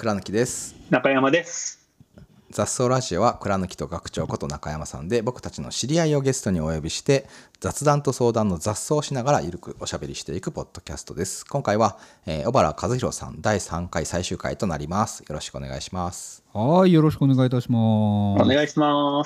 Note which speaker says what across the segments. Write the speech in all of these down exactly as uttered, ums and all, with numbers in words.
Speaker 1: 倉貫です。
Speaker 2: 中山です。
Speaker 1: 雑草ラジオは倉貫と学長こと中山さんで、僕たちの知り合いをゲストにお呼びして雑談と相談の雑草をしながらゆるくおしゃべりしていくポッドキャストです。今回は、えー、小原和弘さんだいさんかい最終回となります。よろしくお願いします。
Speaker 3: はい、よろしくお願いいたします。
Speaker 2: お願いします。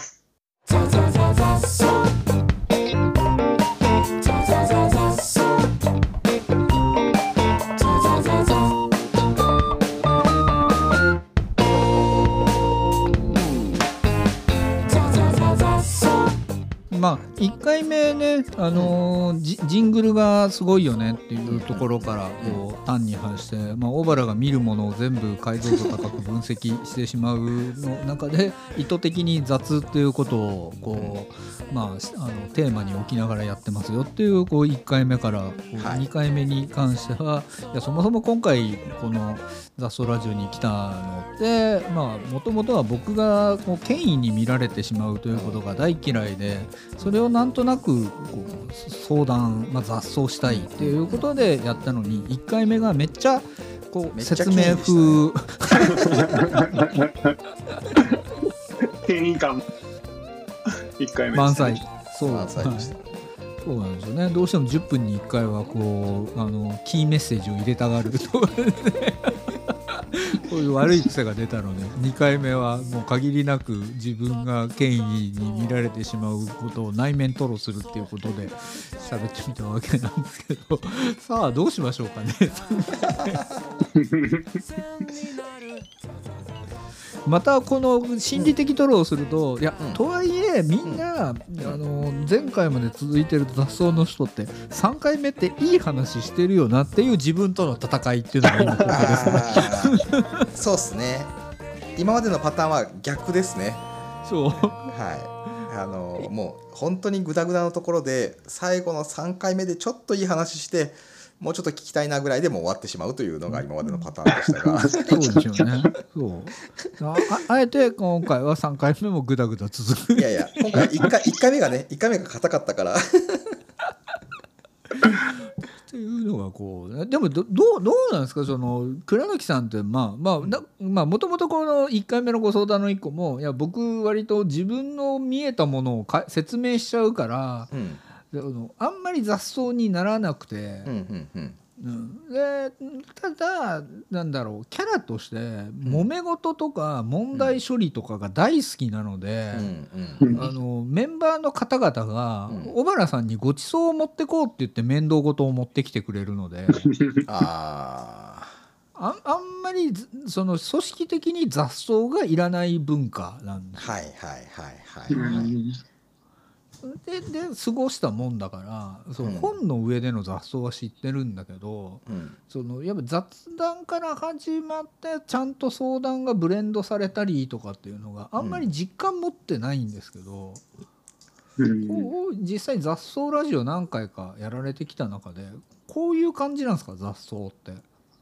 Speaker 3: まあ、いっかいめね、あのー、ジ, ジングルがすごいよねっていうところからこう端に発して、まあ、小原が見るものを全部解像度高く分析してしまうの中で意図的に雑っていうことをこう、まあ、あのテーマに置きながらやってますよっていう、こういっかいめからこうにかいめに関しては、いやそもそも今回この雑草ラジオに来たのってもともとは僕がこう権威に見られてしまうということが大嫌いで、それをなんとなくこう相談、まあ、雑草したいっていうことでやったのに、いっかいめがめっちゃこう説明風
Speaker 2: 権威感いっかいめ
Speaker 3: 満載。
Speaker 1: そう満載でした、はい、
Speaker 3: そうなんですよね。どうしてもじゅっぷんにいっかいはこうあのキーメッセージを入れたがるとこういう悪い癖が出たので、にかいめはもう限りなく自分が権威に見られてしまうことを内面吐露するっていうことで喋ってみたわけなんですけど、さあどうしましょうかねまたこの心理的吐露をすると、うん、いや、うん、とはいえみんな、うん、あの前回まで続いてる雑草の人ってさんかいめっていい話してるよなっていう自分との戦いっていうのが今ここですね
Speaker 1: そうですね。今までのパターンは逆ですね。
Speaker 3: そう、
Speaker 1: はい、あのもう本当にグダグダのところで最後のさんかいめでちょっといい話してもうちょっと聞きたいなぐらいでもう終わってしまうというのが今までのパターンでしたが
Speaker 3: そうですよね。そうあ, あえて今回はさんかいめもグダグダ続く。
Speaker 1: いやいや、今回 いっかい, いっかいめがねいっかいめが硬かったから
Speaker 3: っていうのがこう、でも ど, ど, うどうなんですか、その倉貫さんってまあまあまあもともとこのいっかいめのご相談のいっこも、いや僕割と自分の見えたものをか説明しちゃうから、うんあんまり雑草にならなくて、うんうんうんうん、でただなんだろう、キャラとして揉め事とか問題処理とかが大好きなので、うんうん、あのメンバーの方々が小原さんにごちそうを持ってこうって言って面倒事を持ってきてくれるのであああんまりその組織的に雑草がいらない文化なんですよ。はいはいはいはい、はい、で, で過ごしたもんだからその本の上での雑草は知ってるんだけど、うん、そのやっぱ雑談から始まってちゃんと相談がブレンドされたりとかっていうのがあんまり実感持ってないんですけど、うん、こう実際雑草ラジオ何回かやられてきた中でこういう感じなんですか、雑草って。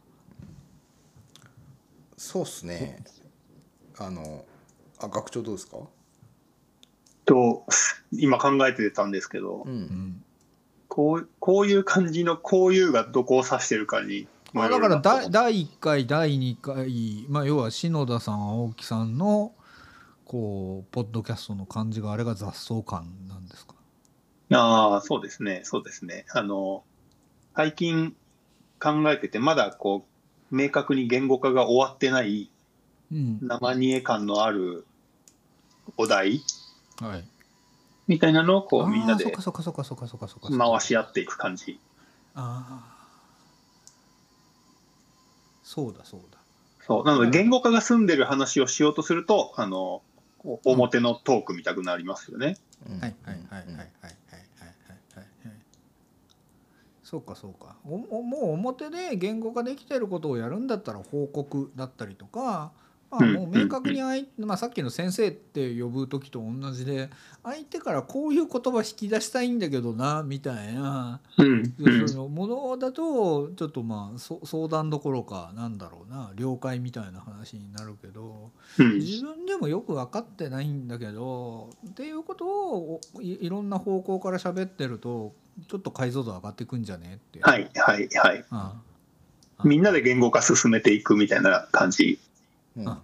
Speaker 1: そうっすね。あのあ学長どうですか
Speaker 2: と今考えてたんですけど、うん、こ, うこういう感じのこういうがどこを指してるかに
Speaker 3: もよるなと。だからだいいっかいだいにかい、まあ、要は篠田さん青木さんのこうポッドキャストの感じがあれが雑草感なんですか。
Speaker 2: ああ、そうですねそうですね。あの最近考えててまだこう明確に言語化が終わってない、うん、生煮え感のあるお題はい、みたいなのをこうみんなで回し合っていく感じ。ああ、
Speaker 3: そうだそうだ。
Speaker 2: そうなので言語化が済んでる話をしようとするとあの表のトーク見たくなりますよね。はいはいはいはいはいはいはいはい。
Speaker 3: そうかそうか。おもう表で言語化できてることをやるんだったら報告だったりとか。まあ、もう明確に相、まあ、さっきの先生って呼ぶ時と同じで相手からこういう言葉引き出したいんだけどなみたいな、うんうん、そのものだとちょっとまあ相談どころかなんだろうな了解みたいな話になるけど、うん、自分でもよく分かってないんだけどっていうことを い, いろんな方向から喋ってるとちょっと解像度上がってくんじゃねって。
Speaker 2: はいはいはい、ああみんなで言語化進めていくみたいな感じ
Speaker 1: うん、あ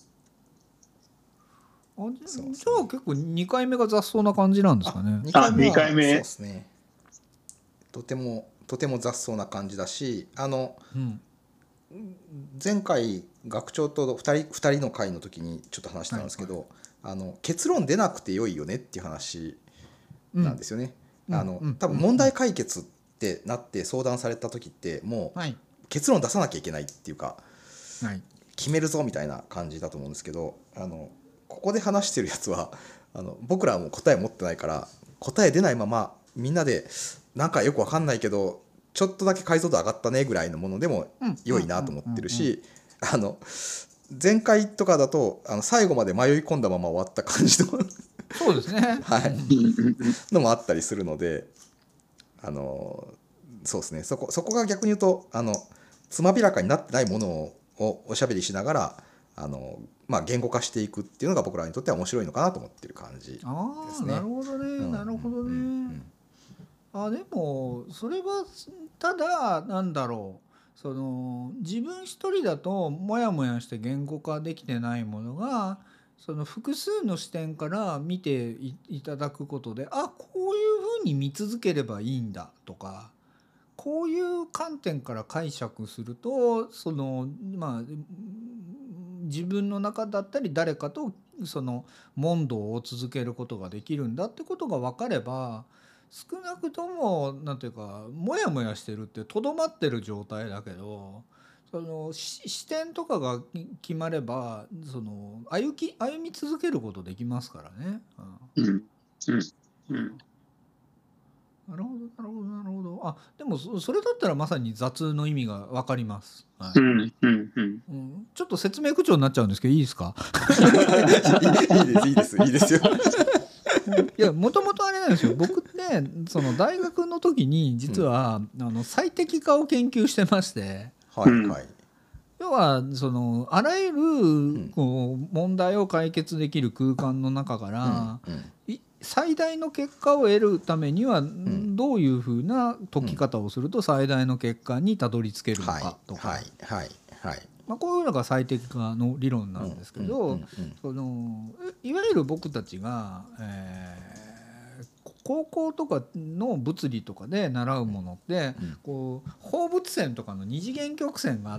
Speaker 3: じ, じゃあ結構にかいめが雑草な感じなんですかね。
Speaker 2: あにかいめ
Speaker 1: そうですね。とてもとても雑草な感じだし、あの、うん、前回学長とふたり, ふたりの会の時にちょっと話したんですけど、はいはい、あの結論出なくてよいよねっていう話なんですよね。うん、あの、うん、多分問題解決ってなって相談された時ってもう結論出さなきゃいけないっていうか、はい、決めるぞみたいな感じだと思うんですけど、あのここで話してるやつはあの僕らはもう答え持ってないから答え出ないままみんなでなんかよく分かんないけどちょっとだけ解像度上がったねぐらいのものでも良いなと思ってるし、あの前回とかだとあの最後まで迷い込んだまま終わった感じの
Speaker 3: そうですね、
Speaker 1: はい、のもあったりするので、あのそうですね、そこそこが逆に言うとあのつまびらかになってないものをおしゃべりしながらあの、まあ、言語化していくっていうのが僕らにとっては面白いのかなと思ってる感じですね。
Speaker 3: ああ、なるほどね、うん、なるほどね、うんうんうん、あでもそれはただなんだろう、その自分一人だとモヤモヤして言語化できてないものがその複数の視点から見て い, いただくことで、あこういうふうに見続ければいいんだとか、こういう観点から解釈するとそのまあ自分の中だったり誰かとその問答を続けることができるんだってことが分かれば、少なくともなんていうかモヤモヤしてるってとどまってる状態だけど、その視点とかが決まればその歩き歩み続けることできますからね。
Speaker 2: うんうんうん、
Speaker 3: なるほどなるほどなるほど。あでも そ, それだったらまさに雑の意味が分かります。はい
Speaker 2: うんうんうん
Speaker 3: うん、ちょっと説明口調になっちゃうんですけどいいですか？
Speaker 1: いいですいいですいいですよ。
Speaker 3: いやもともとあれなんですよ、僕ねその大学の時に実は、うん、あの最適化を研究してまして、
Speaker 1: はいはい、
Speaker 3: 要はそのあらゆるこう問題を解決できる空間の中から、うんうん、最大の結果を得るためにはどういうふうな解き方をすると最大の結果にたどり着けるのかとか、
Speaker 1: はいはいはい、
Speaker 3: まあ、こういうのが最適化の理論なんですけど、そのいわゆる僕たちが、えー、高校とかの物理とかで習うものって、うん、こう放物線とかの二次元曲線があって、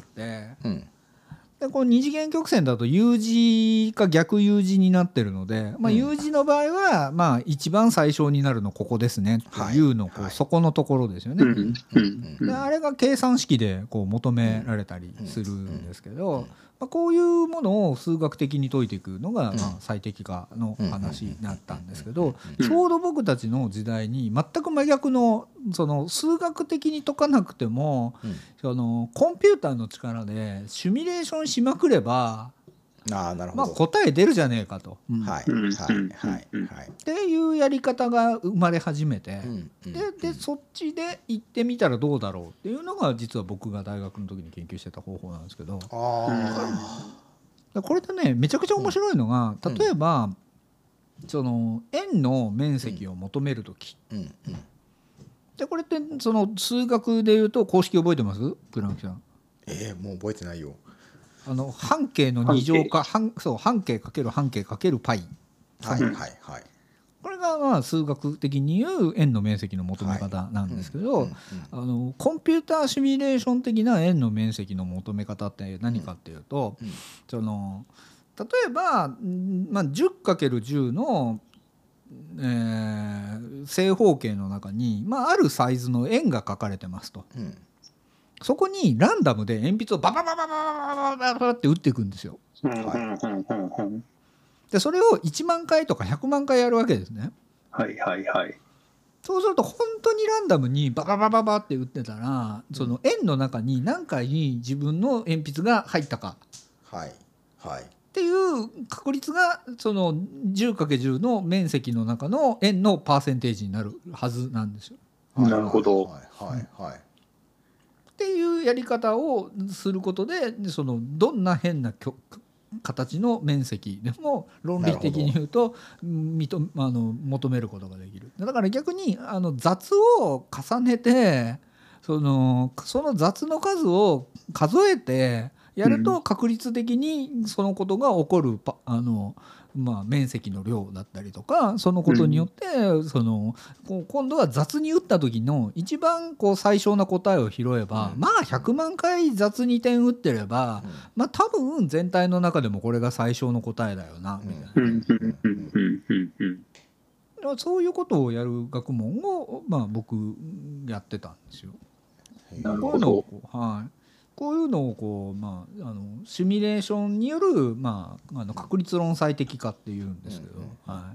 Speaker 3: うん、でこの二次元曲線だと U 字か逆 U 字になってるので、まあ、U 字の場合は、まあ、一番最小になるのここですねっていうの、はいはい、そこのところですよね、うんうん、であれが計算式でこう求められたりするんですけど、まあ、こういうものを数学的に解いていくのが、まあ、最適化の話になったんですけど、ちょうど僕たちの時代に全く真逆の、その数学的に解かなくても、そのコンピューターの力でシミュレーションしまくれば
Speaker 1: あなるほど、
Speaker 3: まあ、答え出るじゃねえかと、
Speaker 1: うん、はいはいはいはい
Speaker 3: っていうやり方が生まれ始めて、うんうん、で, でそっちで行ってみたらどうだろうっていうのが実は僕が大学の時に研究してた方法なんですけど、あこれでねめちゃくちゃ面白いのが、うん、例えばその円の面積を求める時、うんうんうん、でこれってその数学でいうと公式覚えてます？倉木さん。
Speaker 1: えー、もう覚えてないよ。
Speaker 3: あの半径のに乗か半そう半径かける半径かけるパイ、
Speaker 1: はいはいはい、
Speaker 3: これがまあ数学的にいう円の面積の求め方なんですけど、はいうんうん、あのコンピューターシミュレーション的な円の面積の求め方って何かっていうと、うんうん、その例えば、まあ、じゅうかけるじゅう の、えー、正方形の中に、まあ、あるサイズの円が書かれてますと、うんそこにランダムで鉛筆をバババババババババって打っていくんですよ。でそれをいちまんかいとかひゃくまんかいやるわけですね。
Speaker 2: はいはいはい。
Speaker 3: そうすると本当にランダムにバババババって打ってたら、その円の中に何回自分の鉛筆が入ったか、
Speaker 1: はいはい、
Speaker 3: っていう確率がその じゅうかけるじゅう の面積の中の円のパーセンテージになるはずなんですよ。
Speaker 2: なるほど。
Speaker 1: はいはいはい。
Speaker 3: っていうやり方をすることでそのどんな変な形の面積でも論理的に言うと認あの求めることができる。だから逆にあの雑を重ねてそのその雑の数を数えてやると確率的にそのことが起こるパあの、まあ、面積の量だったりとかそのことによってそのこう今度は雑に打った時の一番こう最小な答えを拾えば、まあひゃくまんかい雑に点打ってれば、まあ多分全体の中でもこれが最小の答えだよなみたいな、そういうことをやる学問を、まあ、僕やってたんですよ。こういうのをこう、はい、こういうのをこう、まあ、あのシミュレーションによる、まあ、あの確率論最適化っていうんですけど、はい、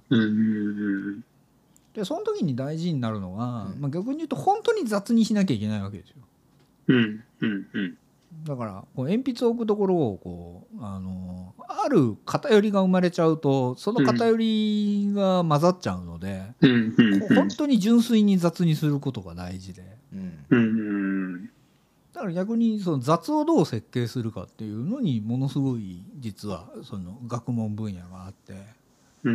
Speaker 3: でその時に大事になるのは、まあ、逆に言うと本当に雑にしなきゃいけないわけですよ。
Speaker 2: うんうんうん、
Speaker 3: だからこう鉛筆を置くところをこうあのある偏りが生まれちゃうとその偏りが混ざっちゃうので、うんうん、本当に純粋に雑にすることが大事で、うんうん、だから逆にその雑をどう設計するかっていうのにものすごい実はその学問分野があって、うん、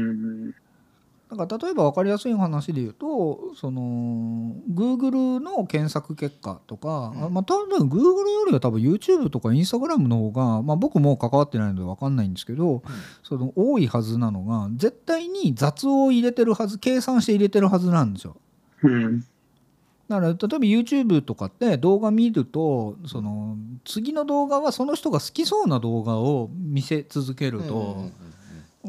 Speaker 3: だから例えば分かりやすい話で言うとその Google の検索結果とか、うんまあ、多分 Google よりは多分 YouTube とか Instagram の方が、まあ、僕も関わってないので分かんないんですけど、うん、その多いはずなのが絶対に雑を入れてるはず計算して入れてるはずなんですよ。うんだから例えば YouTube とかって動画見るとその次の動画はその人が好きそうな動画を見せ続けると、うん、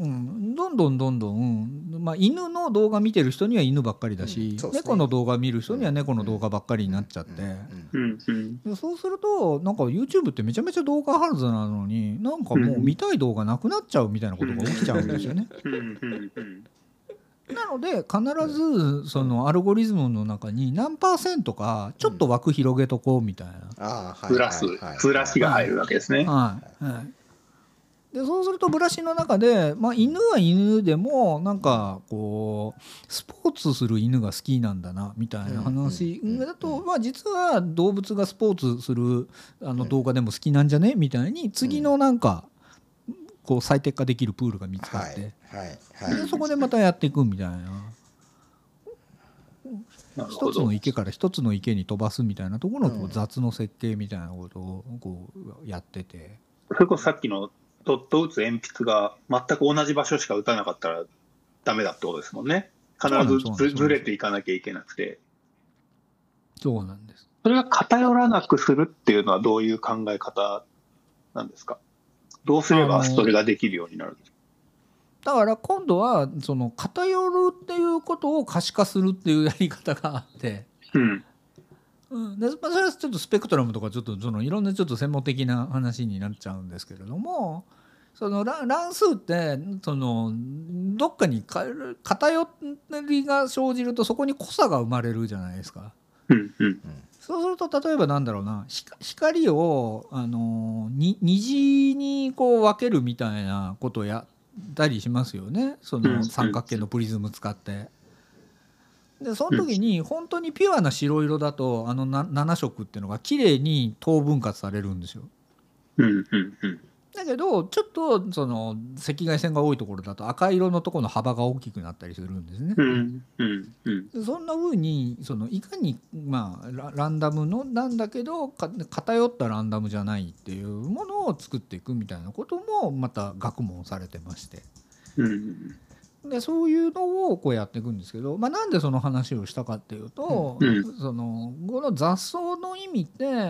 Speaker 3: どんどんどんどん、まあ、犬の動画見てる人には犬ばっかりだし、うんね、猫の動画見る人には猫の動画ばっかりになっちゃって、うんうん、そうするとなんか YouTube ってめちゃめちゃ動画あるはずなのになんかもう見たい動画なくなっちゃうみたいなことが起きちゃうんですよね。なので必ずそのアルゴリズムの中に何パーセントかちょっと枠広げとこうみたいな、
Speaker 2: うん、プラスプラスが入るわけですね。
Speaker 3: はいはい、でそうするとブラシの中で、まあ、犬は犬でもなんかこうスポーツする犬が好きなんだなみたいな話だと、まあ、実は動物がスポーツするあの動画でも好きなんじゃねみたいに次のなんかこう最適化できるプールが見つかって、はいはいはい、でそこでまたやっていくみたいな一つの池から一つの池に飛ばすみたいなところのこう雑の設計みたいなことをこうやってて、
Speaker 2: それこそさっきのドット打つ鉛筆が全く同じ場所しか打たなかったらダメだってことですもんね。必ず ず, ずれていかなきゃいけなくて。
Speaker 3: そうなんです。
Speaker 2: それが偏らなくするっていうのはどういう考え方なんですか。どうすればそれができるようになるんですか。
Speaker 3: だから今度はその偏るっていうことを可視化するっていうやり方があって、うんうん、でそれはちょっとスペクトラムとかちょっとそのいろんなちょっと専門的な話になっちゃうんですけれども、その乱数ってそのどっかに偏りが生じるとそこに濃さが生まれるじゃないですか。うんうんそうすると例えばなんだろうな光をあのに虹にこう分けるみたいなことをやったりしますよね。その三角形のプリズム使って。でその時に本当にピュアな白色だとあのななな色っていうのが綺麗に等分割されるんですよ。うんうんうんだけどちょっとその赤外線が多いところだと赤色のところの幅が大きくなったりするんですね。うんうんうん、そんな風にそのいかにまあ ラ, ランダムのなんだけど偏ったランダムじゃないっていうものを作っていくみたいなこともまた学問されてまして。うんでそういうのをこうやっていくんですけど、まあ、なんでその話をしたかっていうと、うん、そのこの雑草の意味って、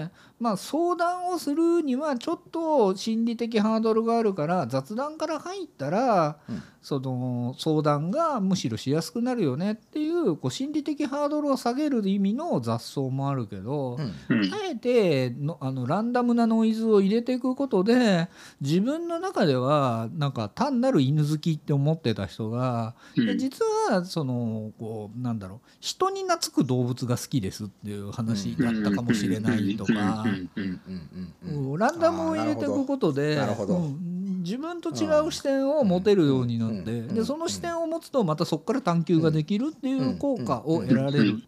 Speaker 3: まあ、相談をするにはちょっと心理的ハードルがあるから雑談から入ったら、うん、その相談がむしろしやすくなるよねっていう、こう心理的ハードルを下げる意味の雑草もあるけど、うん、あえてのあのランダムなノイズを入れていくことで自分の中ではなんか単なる犬好きって思ってた人がで実はそのこうなんだろう人に懐く動物が好きですっていう話だったかもしれないとか、ランダムを入れていくことで、うん、自分と違う視点を持てるようになってでその視点を持つとまたそこから探求ができるっていう効果を得られる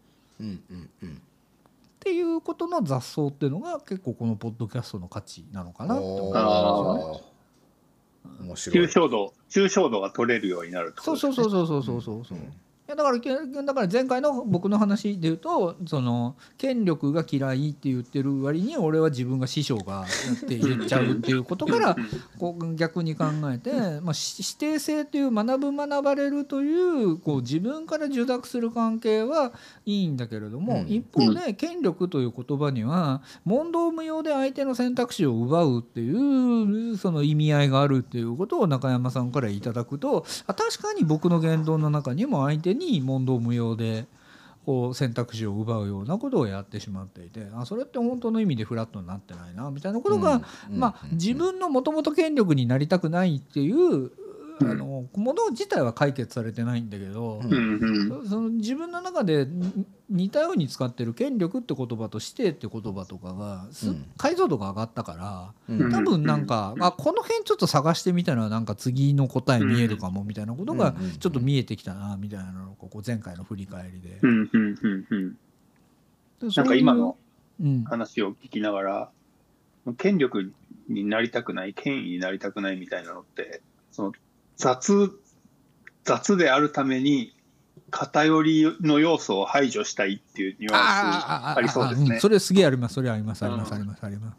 Speaker 3: っていうことの雑草っていうのが結構このポッドキャストの価値なのかなって思うんですよね。
Speaker 2: 面白い。抽象度抽象度が取れるようになるってことですね。
Speaker 3: そうそうそうそうそうそうそう、うん、 やだからだから前回の僕の話で言うとその権力が嫌いって言ってる割に俺は自分が師匠がって言っちゃうっていうことからこう逆に考えて、まあ、指定性という学ぶ学ばれるというこう自分から受諾する関係はいいんだけれども、一方で権力という言葉には問答無用で相手の選択肢を奪うっていうその意味合いがあるっていうことを中山さんからいただくと、あ確かに僕の言動の中にも相手にに問答無用でこう選択肢を奪うようなことをやってしまっていて、あそれって本当の意味でフラットになってないなみたいなことが、うんまあ、自分のもともと権力になりたくないっていうあのもの自体は解決されてないんだけど、うん、その自分の中で似たように使ってる権力って言葉と指定って言葉とかが解像度が上がったから、うん、多分なんか、あこの辺ちょっと探してみたらなんか次の答え見えるかもみたいなことがちょっと見えてきたなみたいなのをこう前回の振り返りで、
Speaker 2: うんうんうんうん、なんか今の話を聞きながら、うん、権力になりたくない権威になりたくないみたいなのってその雑雑であるために偏りの要素を排除したいっていうニュアンスありそうですね。
Speaker 3: うん、それすげえあります。それありますありますありますあります。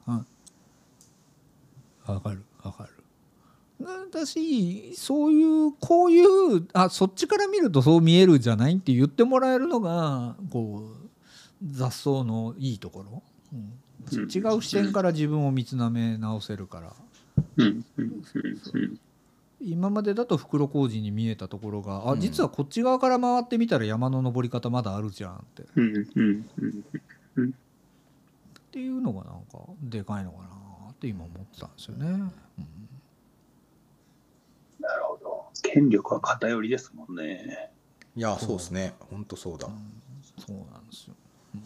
Speaker 3: わ、うん、かるわかる。だしそういうこういうあそっちから見るとそう見えるじゃないって言ってもらえるのがこう雑草のいいところ、うん、違う視点から自分を見つめ直せるから。うんうんうん今までだと袋小路に見えたところが、あ実はこっち側から回ってみたら山の登り方まだあるじゃんって、うんうんうんうん、っていうのがなんかでかいのかなって今思ってたんですよね、うん、
Speaker 2: なるほど。権力は偏りですもんね。
Speaker 1: いやそうですね本当そうだ、うん、
Speaker 3: そうなんですよ、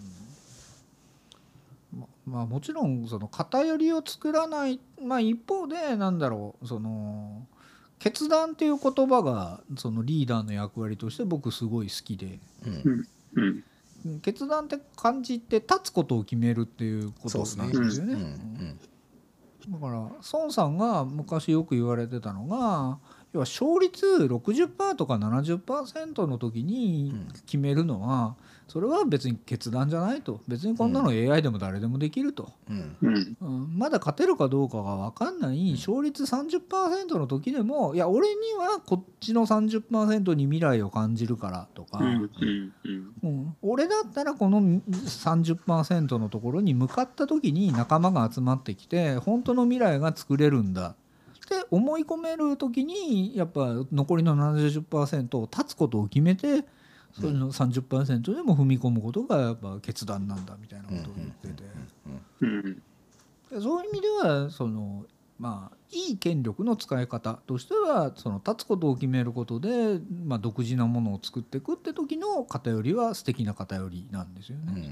Speaker 3: うんままあもちろんその偏りを作らない、まあ、一方でなんだろうその決断っていう言葉がそのリーダーの役割として僕すごい好きで、うんうん、決断って漢字って立つことを決めるっていうことなんですよね。だから孫さんが昔よく言われてたのが要は勝率 ろくじゅっパーセント とか ななじゅっパーセント の時に決めるのはそれは別に決断じゃないと、別にこんなの エーアイ でも誰でもできると、うんうん、まだ勝てるかどうかが分かんない勝率 さんじゅっパーセント の時でもいや俺にはこっちの さんじゅっパーセント に未来を感じるからとか、うんうん、俺だったらこの さんじゅっパーセント のところに向かった時に仲間が集まってきて本当の未来が作れるんだって思い込める時にやっぱ残りの ななじゅっパーセント を立つことを決めてそれの さんじゅっパーセント でも踏み込むことがやっぱ決断なんだみたいなことを言ってて、そういう意味ではそのまあいい権力の使い方としてはその立つことを決めることでまあ独自なものを作っていくって時の偏りは素敵な偏りなんですよね。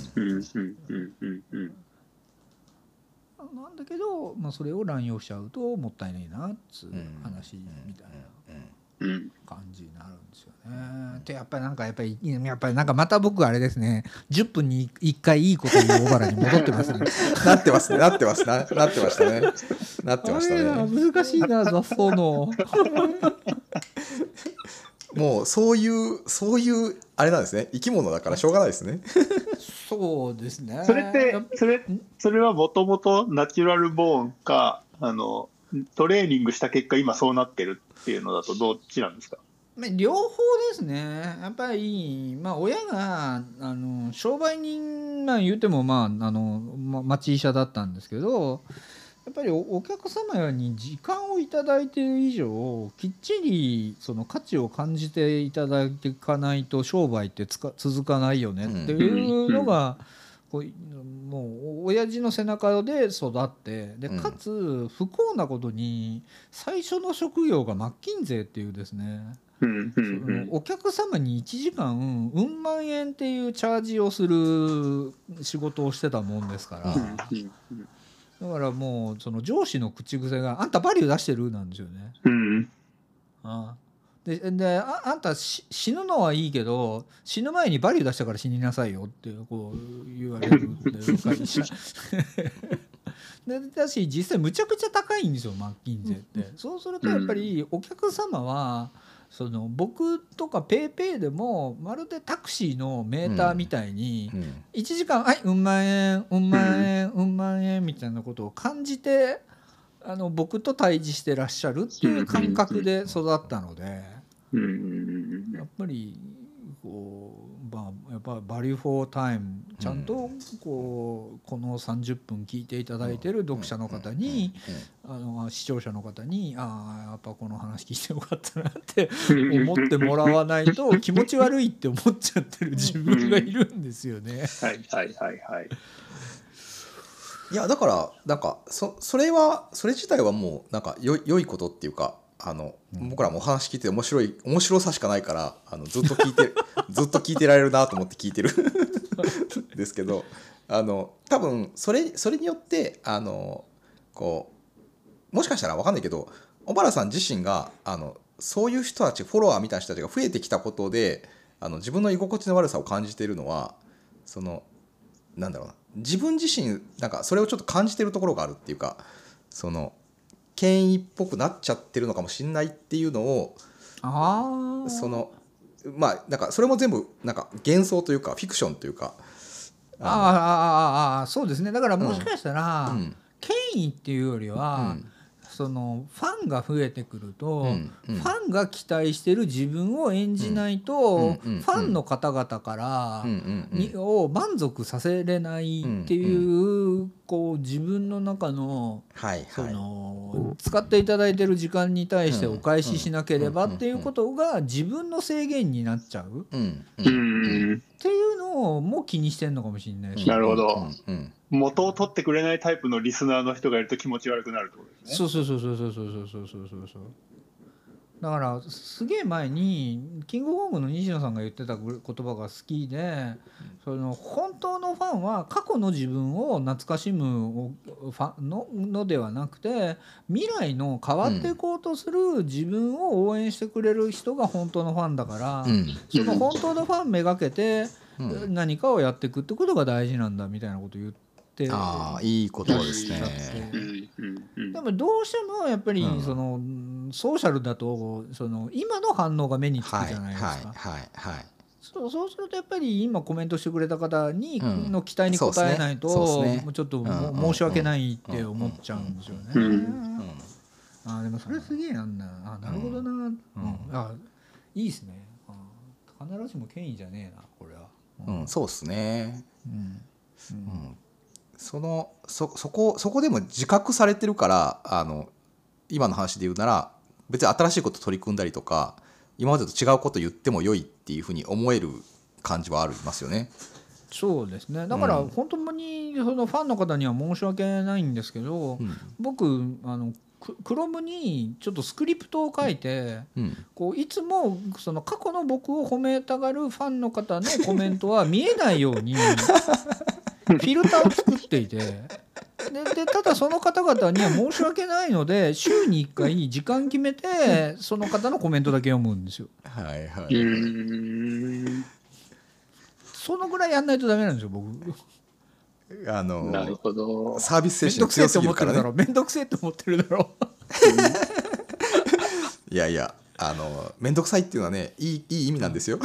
Speaker 3: なんだけど、まあ、それを乱用しちゃうともったいないなっつう話みたいな感じになるんですよね。でやっぱりなんかやっぱりやっぱりなんかまた僕あれですねじゅっぷんにいっかいいいこと言う小原に戻ってますね。
Speaker 1: なってますねなってますななってましたねなってましたね。
Speaker 3: 難しいな雑草の
Speaker 1: もうそういうそういうあれなんですね生き物だからしょうがないですね。
Speaker 3: そうですね。
Speaker 2: それってそれそれはもともとナチュラルボーンかあのトレーニングした結果今そうなってるっていうのだとどっちなんですか？
Speaker 3: 両方ですね。やっぱり、まあ、親があの商売人、まあ、言うても、まああのま、町医者だったんですけどやっぱり お, お客様に時間をいただいている以上きっちりその価値を感じていただいていかないと商売ってつか続かないよねっていうのが、こうもう親父の背中で育ってでかつ不幸なことに最初の職業がマッキンゼーっていうですねそのお客様にいちじかんうん万円っていうチャージをする仕事をしてたもんですから。だからもうその上司の口癖があんたバリュー出してるなんですよね。うん、ああでで あ, あんた死ぬのはいいけど死ぬ前にバリュー出したから死になさいよってこう言われるんで会社でだし実際むちゃくちゃ高いんですよマッキンゼって。そうするとやっぱりお客様はその僕とかペイペイでもまるでタクシーのメーターみたいにいちじかんはいうん万円うん万円うん万円みたいなことを感じてあの僕と対峙してらっしゃるっていう感覚で育ったので、やっぱりこう、まあ、やっぱバリューフォータイムちゃんとこうこのさんじゅっぷん聞いていただいてる読者の方に、あの視聴者の方にああやっぱこの話聞いてよかったなって思ってもらわないと気持ち悪いって思っちゃってる自分がいるんですよね。
Speaker 2: はいはいはいはい。
Speaker 1: いやだからなんか そ, それはそれ自体はもうなんかよ良いことっていうか、あの、うん、僕らもお話聞いて面白い面白さしかないからあのずっと聞いてずっと聞いてられるなと思って聞いてるですけど、あの多分それそれによってあのこうもしかしたら分かんないけど小原さん自身があのそういう人たちフォロワーみたいな人たちが増えてきたことであの自分の居心地の悪さを感じているのはそのなんだろうな自分自身なんかそれをちょっと感じてるところがあるっていうか、その権威っぽくなっちゃってるのかもしれないっていうのを
Speaker 3: あ
Speaker 1: そのまあなんかそれも全部なんか幻想というかフィクションというか
Speaker 3: ああああそうですね。だからもしかしたら、
Speaker 1: うん、
Speaker 3: 権威っていうよりは、うんそのファンが増えてくると、うんうん、ファンが期待してる自分を演じないと、うんうんうん、ファンの方々からに、うんうん、を満足させれないっていう、うんうん、こう自分の中の、はいはい、その使っていただいてる時間に対してお返ししなければっていうことが自分の制限になっちゃう、うんうん、っていうのをも気にしてるのかもしれないし、
Speaker 2: なるほど、うんうん元を取ってくれないタイプのリスナーの人がいると気持ち悪くなるってことですね。
Speaker 3: そうそうそうそうそうそうそうそうそうそう。だからすげえ前にキングコングの西野さんが言ってた言葉が好きで、その本当のファンは過去の自分を懐かしむファン の, のではなくて未来の変わっていこうとする自分を応援してくれる人が本当のファンだから、うん、その本当のファンめがけて何かをやっていくってことが大事なんだみたいなことを言って
Speaker 1: ああいいことですね。
Speaker 3: でもどうしてもやっぱりその、うん、ソーシャルだとその今の反応が目につくじゃないですか。はいはいはいはい、そう、そうするとやっぱり今コメントしてくれた方に、うん、の期待に応えないと、ねね、もうちょっと、うん、申し訳ないって思っちゃうんですよね。うんうん、あでもそれすげえなんだあなるほどな、うんうん、あいいですねあ必ずしも権威じゃねえなこれは。
Speaker 1: うん、うん、そうですね。うんうんその そ, そ, こそこでも自覚されてるからあの今の話で言うなら別に新しいこと取り組んだりとか今までと違うこと言っても良いっていうふうに思える感じはありますよね。
Speaker 3: そうですね。だから本当にそのファンの方には申し訳ないんですけど、うん、僕あのクロムにちょっとスクリプトを書いて、うん、こういつもその過去の僕を褒めたがるファンの方のコメントは見えないようにフィルターを作っていて で, でただその方々には申し訳ないので週にいっかい時間決めてその方のコメントだけ読むんですよ。はいはい、うんそのぐらいやんないとダメなんですよ僕。
Speaker 1: あの
Speaker 2: なるほど
Speaker 1: サービス精神強すぎるからね。
Speaker 3: めんどくせえって思ってるだろ
Speaker 1: いやいやあのめんどくさいっていうのはねいい、いい意味なんですよ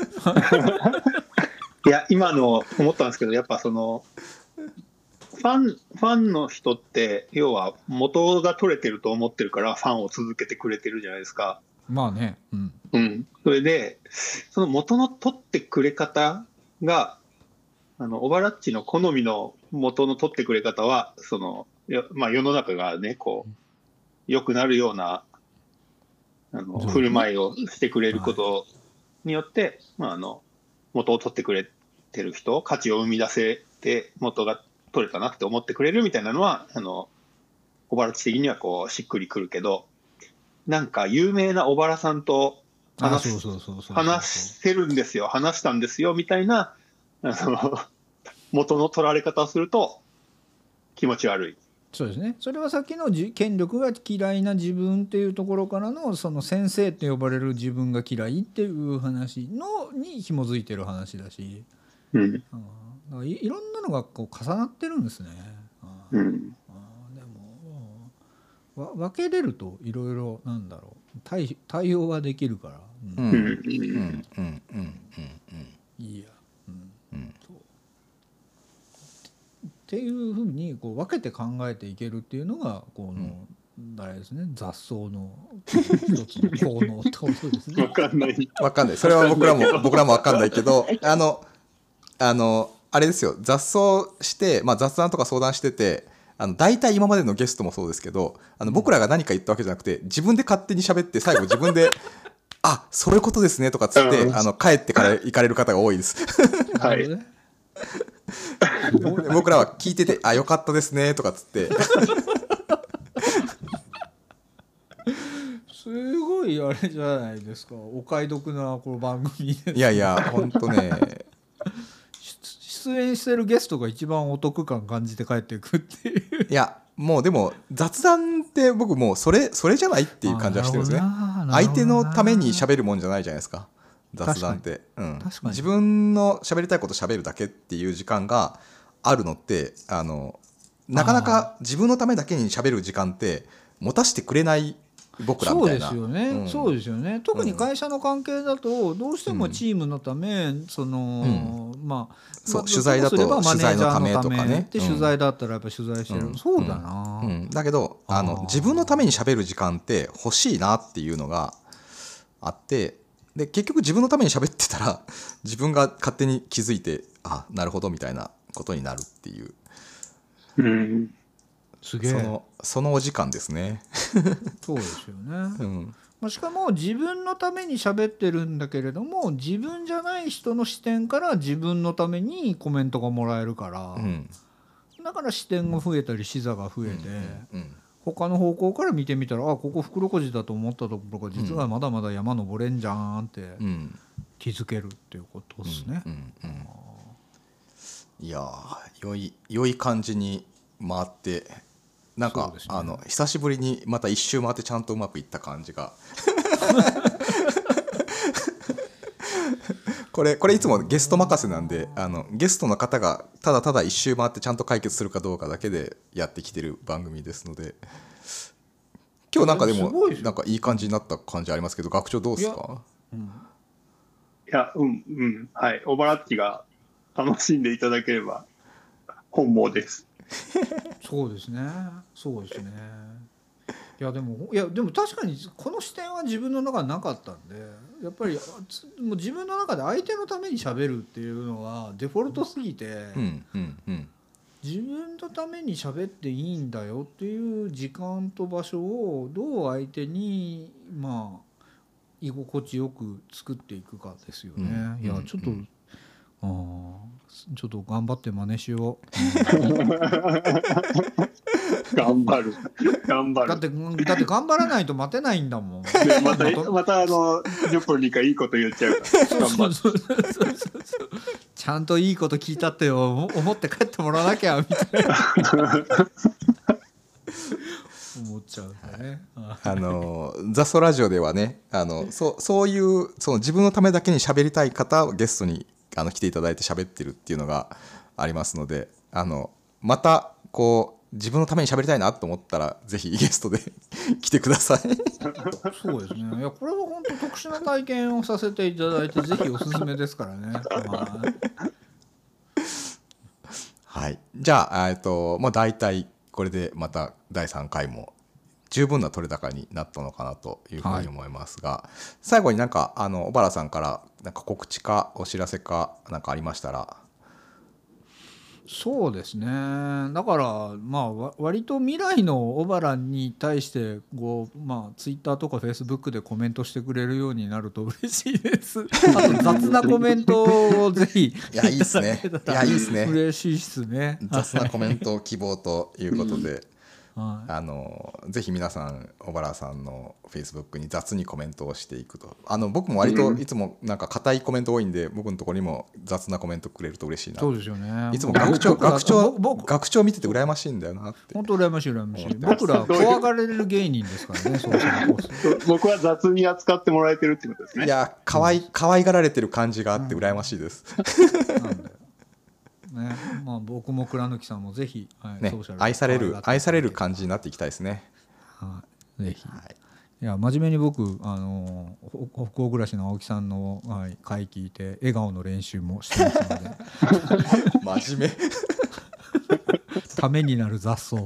Speaker 2: いや今の思ったんですけどやっぱそのファンファンの人って要は元が取れてると思ってるからファンを続けてくれてるじゃないですか。
Speaker 3: まあねうん、
Speaker 2: うん、それでその元の取ってくれ方があのオバラッチの好みの元の取ってくれ方はその、まあ、世の中がねこう良くなるようなあの振る舞いをしてくれることによって、はいまあ、あの元を取ってくれてる人価値を生み出せて元が取れたなって思ってくれるみたいなのはあのオバラッチ的にはこうしっくりくるけどなんか有名なオバラさんと話せるんですよ話したんですよみたいなあの元の取られ方をすると気持ち悪い。
Speaker 3: そうですね。それはさっきの権力が嫌いな自分っていうところからのその先生って呼ばれる自分が嫌いっていう話のに紐づいてる話だし、うん、だからい, いろんなのがこう重なってるんですね。うん、あでも分けれるといろいろなんだろう対対応はできるから、
Speaker 1: うんうんうんうんうんうん
Speaker 3: いいや、うんうん、そうっていうふうにこう分けて考えていけるっていうのがこの、うん、あれですね、雑草の一つの効能ってことですね。
Speaker 2: 分かんない
Speaker 1: 分かんない、それは僕らも僕らも分かんないけどあのあのあれですよ、雑草して、まあ、雑談とか相談してて、あの大体今までのゲストもそうですけど、あの僕らが何か言ったわけじゃなくて、自分で勝手に喋って最後自分であ、そういうことですねとかつって、うん、あの帰ってから行かれる方が多いです。
Speaker 2: はい。
Speaker 1: 僕らは聞いてて、あ、よかったですねとかつって。
Speaker 3: すごいあれじゃないですか、お買い得なこの番組です、ね。
Speaker 1: いやいや、本当ね。
Speaker 3: 出演してるゲストが一番お得感感じて帰っていくっていう。
Speaker 1: いや、もうでも雑談って僕もうそれそれじゃないっていう感じはしてるんですね。相手のために喋るもんじゃないじゃないですか、雑談って。うん、自分の喋りたいこと喋るだけっていう時間があるのって、あのなかなか自分のためだけに喋る時間って持たせてくれない僕らみたいな。
Speaker 3: そうですよね、うん、そうですよね。特に会社の関係だとどうしてもチームのため、うん、その、うん、まあ
Speaker 1: そう、取材だと取材のためとかね。
Speaker 3: で取材だったらやっぱ取材してる、うん、そうだな、
Speaker 1: うんうん、だけどあの自分のために喋る時間って欲しいなっていうのがあって、で結局自分のために喋ってたら自分が勝手に気づいて、あ、なるほどみたいなことになるっていう、
Speaker 2: うん、
Speaker 3: すげえ、
Speaker 1: そのそのお時間ですね。
Speaker 3: そうですよね、
Speaker 1: うん、
Speaker 3: まあ、しかも自分のために喋ってるんだけれども、自分じゃない人の視点から自分のためにコメントがもらえるから、うん、だから視点が増えたり視座が増えて、うんうんうん、他の方向から見てみたら、あ、ここ袋小路だと思ったところが実はまだまだ山登れんじゃんって気づけるっていうことですね、うんうんうん
Speaker 1: うん、いや良い良い感じに回って、なんか、ね、あの久しぶりにまた一周回ってちゃんとうまくいった感じがこれこれいつもゲスト任せなんで、あのゲストの方がただただ一周回ってちゃんと解決するかどうかだけでやってきてる番組ですので、今日なんかでもなんかいい感じになった感じありますけど、学長どうですか？
Speaker 2: いや、うん、うん、うん、はい、オバラッチが楽しんでいただければ本望です。
Speaker 3: そうですね、そうですね。いやでもいやでも確かにこの視点は自分の中になかったんで、やっぱりもう自分の中で相手のために喋るっていうのはデフォルトすぎて、
Speaker 1: うんうんうん、
Speaker 3: 自分のために喋っていいんだよっていう時間と場所をどう相手にまあ居心地よく作っていくかですよね、うん、いやちょっと、うん、あちょっと頑張って真似しよう。
Speaker 2: 頑張る頑張る
Speaker 3: だってだって頑張らないと待てないんだもん。
Speaker 2: でまたまたあのじゅっぷんにかいいこと言っちゃうから頑張る。
Speaker 3: ちゃんといいこと聞いたって思って帰ってもらわなきゃみたいな思っちゃうんだね。
Speaker 1: あのザストラジオではね、あの そ, そういうその自分のためだけに喋りたい方をゲストにあの来ていただいて喋ってるっていうのがありますので、あのまたこう自分のために喋りたいなと思ったらぜひゲストで来てください。
Speaker 3: そうですね。いやこれは本当特殊な体験をさせていただいてぜひおすすめですからね。
Speaker 1: はい。じゃあえっとまあ大体これでまただいさんかいも十分な取れ高になったのかなというふうに思いますが、はい、最後になんかあの小原さんからなんか告知かお知らせかなんかありましたら。
Speaker 3: そうですね、だからまあ割と未来の小原に対してこう、まあ、ツイッターとかフェイスブックでコメントしてくれるようになると嬉しいです。あと雑なコメントをぜひ
Speaker 1: いやいいですね、いやいいですね、
Speaker 3: 嬉しいですね。
Speaker 1: 雑なコメント希望ということではい、あのぜひ皆さん小原さんのフェイスブックに雑にコメントをしていくと、あの僕も割といつもなんか硬いコメント多いんで、僕のところにも雑なコメントくれると嬉しいな。
Speaker 3: そうですよね。
Speaker 1: いつも学長学長学長見てて羨ましいんだよなって。
Speaker 3: 本当羨ましい羨ましい。僕ら怖がれる芸人ですからね。そうそう
Speaker 2: 僕は雑に扱ってもらえてるってことですね。
Speaker 1: いや可愛い可愛がられてる感じがあって羨ましいです。うんなんだよ
Speaker 3: ね、まあ僕も倉貫さんもぜひ、はい
Speaker 1: ね、愛される愛される感じになっていきたいですね。
Speaker 3: はい、ぜひ、はい、 いや真面目に僕あのほ北欧暮らしの青木さんの、はい、回聞いて笑顔の練習もしてますので
Speaker 1: 真面目
Speaker 3: ためになる雑草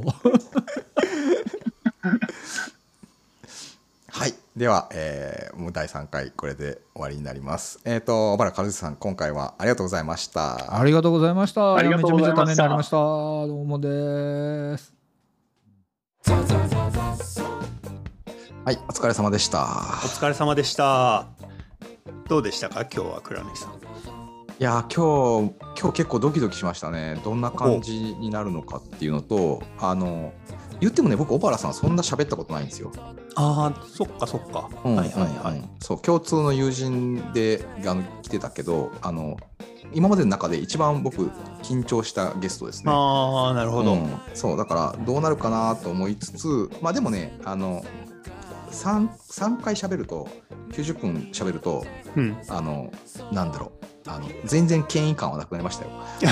Speaker 1: はい、では、えー、もうだいさんかいこれで終わりになります。えっ、ー、と小原和之さん、今回はありがとうございました。
Speaker 3: ありがとうございました。
Speaker 2: ありがとうございました。
Speaker 3: めちゃめちゃためになりました。どうもです。
Speaker 1: はい、お疲れ様でした。お
Speaker 4: 疲れ様でした。どうでしたか今日は倉貫さん。
Speaker 1: いや今日今日結構ドキドキしましたね。どんな感じになるのかっていうのと、あの言ってもね、僕小原さんそんな喋ったことないんですよ。
Speaker 4: ああ、そっかそっか、うん、はいはいはい、うん、
Speaker 1: そう共通の友人であの来てたけど、あの今までの中で一番僕緊張したゲストですね。
Speaker 4: ああ、なるほど、うん、
Speaker 1: そうだからどうなるかなと思いつつ、まあでもね、あの 3, 3回喋るときゅうじゅっぷん喋ると、うん、あのなんだろう、あの全然権威感はなくなりましたよ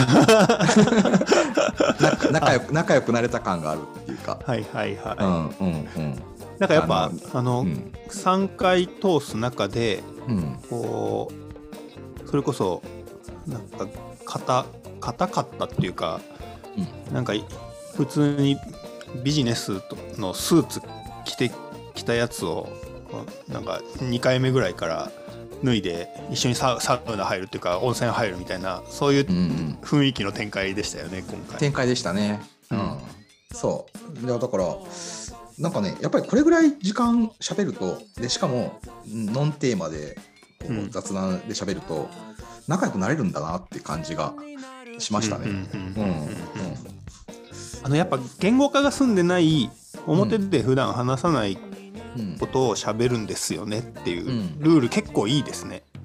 Speaker 1: 仲良く仲良くなれた感があるっていうか、
Speaker 4: はいはいはい、
Speaker 1: うんうんうん、
Speaker 4: なんかやっぱあの、うん、さんかい通す中で、うん、こうそれこそなんか硬硬かったっていうか、うん、なんか普通にビジネスのスーツ着てきたやつをなんかにかいめぐらいから脱いで一緒にサウナ入るっていうか温泉入るみたいな、そういう雰囲気の展開でしたよね、今回。
Speaker 1: 展開でしたね、うん、そうだからなんかね、やっぱりこれぐらい時間喋ると、でしかもノンテーマでこう雑談で喋ると仲良くなれるんだなって感じがしましたね。
Speaker 4: あのやっぱ言語化が済んでない表で普段話さないことを喋るんですよねっていうルール結構いいですね。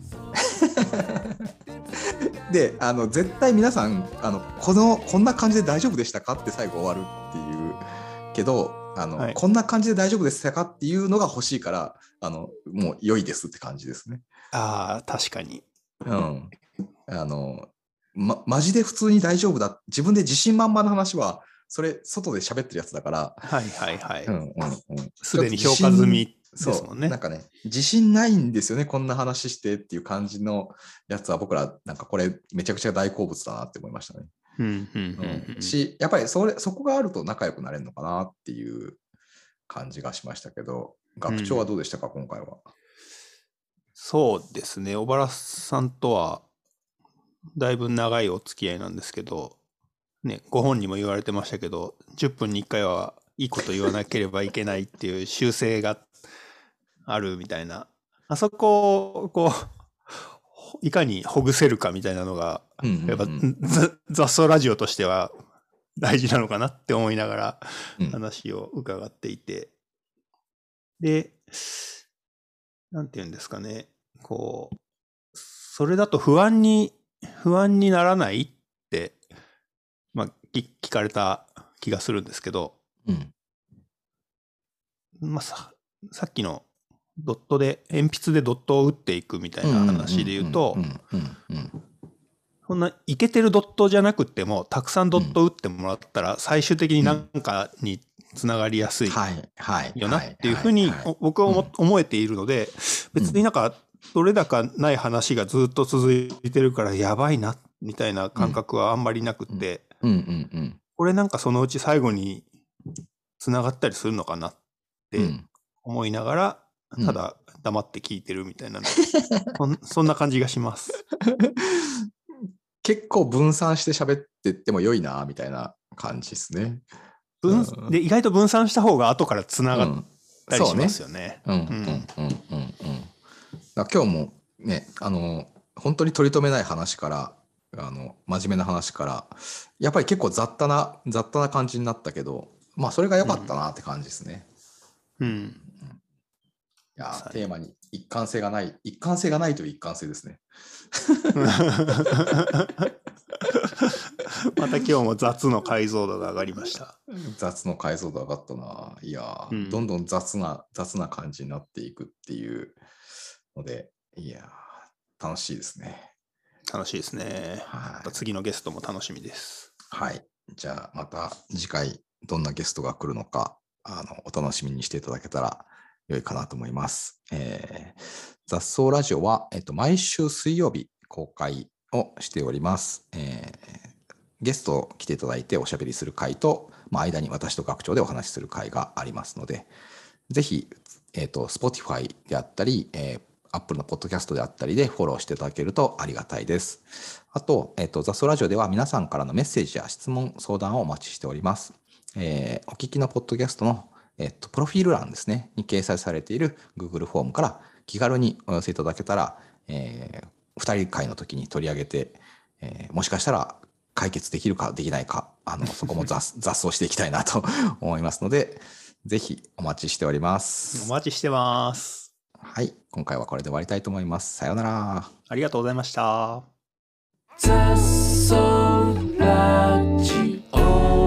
Speaker 1: で、あの絶対皆さんあのこのこんな感じで大丈夫でしたかって最後終わるっていうけど、あの、はい、こんな感じで大丈夫でしたかっていうのが欲しいから、あのもう良いですって感じですね。
Speaker 4: ああ、確かに。
Speaker 1: うん。あのまマジで普通に大丈夫だ、自分で自信満々な話はそれ外で喋ってるやつだから、
Speaker 4: はいはいはい。
Speaker 1: うんうんうん。
Speaker 4: すでに評価済みですもんね。
Speaker 1: なんかね、自信ないんですよね、こんな話してっていう感じのやつは僕らなんかこれめちゃくちゃ大好物だなって思いましたね。
Speaker 4: うんうんうんうん、
Speaker 1: し、やっぱりそれそこがあると仲良くなれるのかなっていう感じがしましたけど、学長はどうでしたか、うん、今回は。
Speaker 4: そうですね、小原さんとはだいぶ長いお付き合いなんですけど、ね、ご本にも言われてましたけど、じゅっぷんにいっかいはいいこと言わなければいけないっていう習性があるみたいな、あそこをこういかにほぐせるかみたいなのが、うんうんうん、やっぱ雑草ラジオとしては大事なのかなって思いながら話を伺っていて、うん、で、なんていうんですかね、こうそれだと不安に不安にならないって、まあ、聞かれた気がするんですけど、うん、まあ、さ, さっきのドットで鉛筆でドットを打っていくみたいな話で言うと、そんなイケてるドットじゃなくてもたくさんドット打ってもらったら最終的に何かにつながりやすいよなっていうふうに僕は思えているので、別になんかどれだかない話がずっと続いてるからやばいなみたいな感覚はあんまりなくって、これなんかそのうち最後につながったりするのかなって思いながら、ただ黙って聞いてるみたいな、うん、そんな感じがします
Speaker 1: 結構分散して喋ってっても良いなみたいな感じですね。
Speaker 4: 分、うん、で意外と分散した方が後からつながったりしますよね。
Speaker 1: 今日もね、あの本当に取り留めない話からあの真面目な話からやっぱり結構雑多な雑多な感じになったけど、まあそれが良かったなって感じですね。うん、うん、いやテーマに一貫性がない一貫性がないという一貫性ですね。
Speaker 4: また今日も雑の解像度が上がりました。
Speaker 1: 雑の解像度上がったな。いや、うん、どんどん雑な雑な感じになっていくっていうので、いや楽しいですね。
Speaker 4: 楽しいですね。はい、また次のゲストも楽しみです。
Speaker 1: はい。じゃあまた次回どんなゲストが来るのか、あのお楽しみにしていただけたら良いかなと思います。えー、雑草ラジオは、えっと、毎週水曜日公開をしております。えー、ゲスト来ていただいておしゃべりする回と、まあ、間に私と学長でお話しする回がありますので、ぜひ、えっと、Spotify であったり、えー、Apple のポッドキャストであったりでフォローしていただけるとありがたいです。あと、えっと、雑草ラジオでは皆さんからのメッセージや質問、相談をお待ちしております。えー、お聞きのポッドキャストのえっと、プロフィール欄ですね、に掲載されている Google フォームから気軽にお寄せいただけたら、えー、ふたり会の時に取り上げて、えー、もしかしたら解決できるかできないか、あの、そこも雑雑草していきたいなと思いますので、ぜひお待ちしております。
Speaker 4: お待ちしてます。
Speaker 1: はい、今回はこれで終わりたいと思います。さようなら。
Speaker 4: ありがとうございました。
Speaker 5: 雑草ラジオ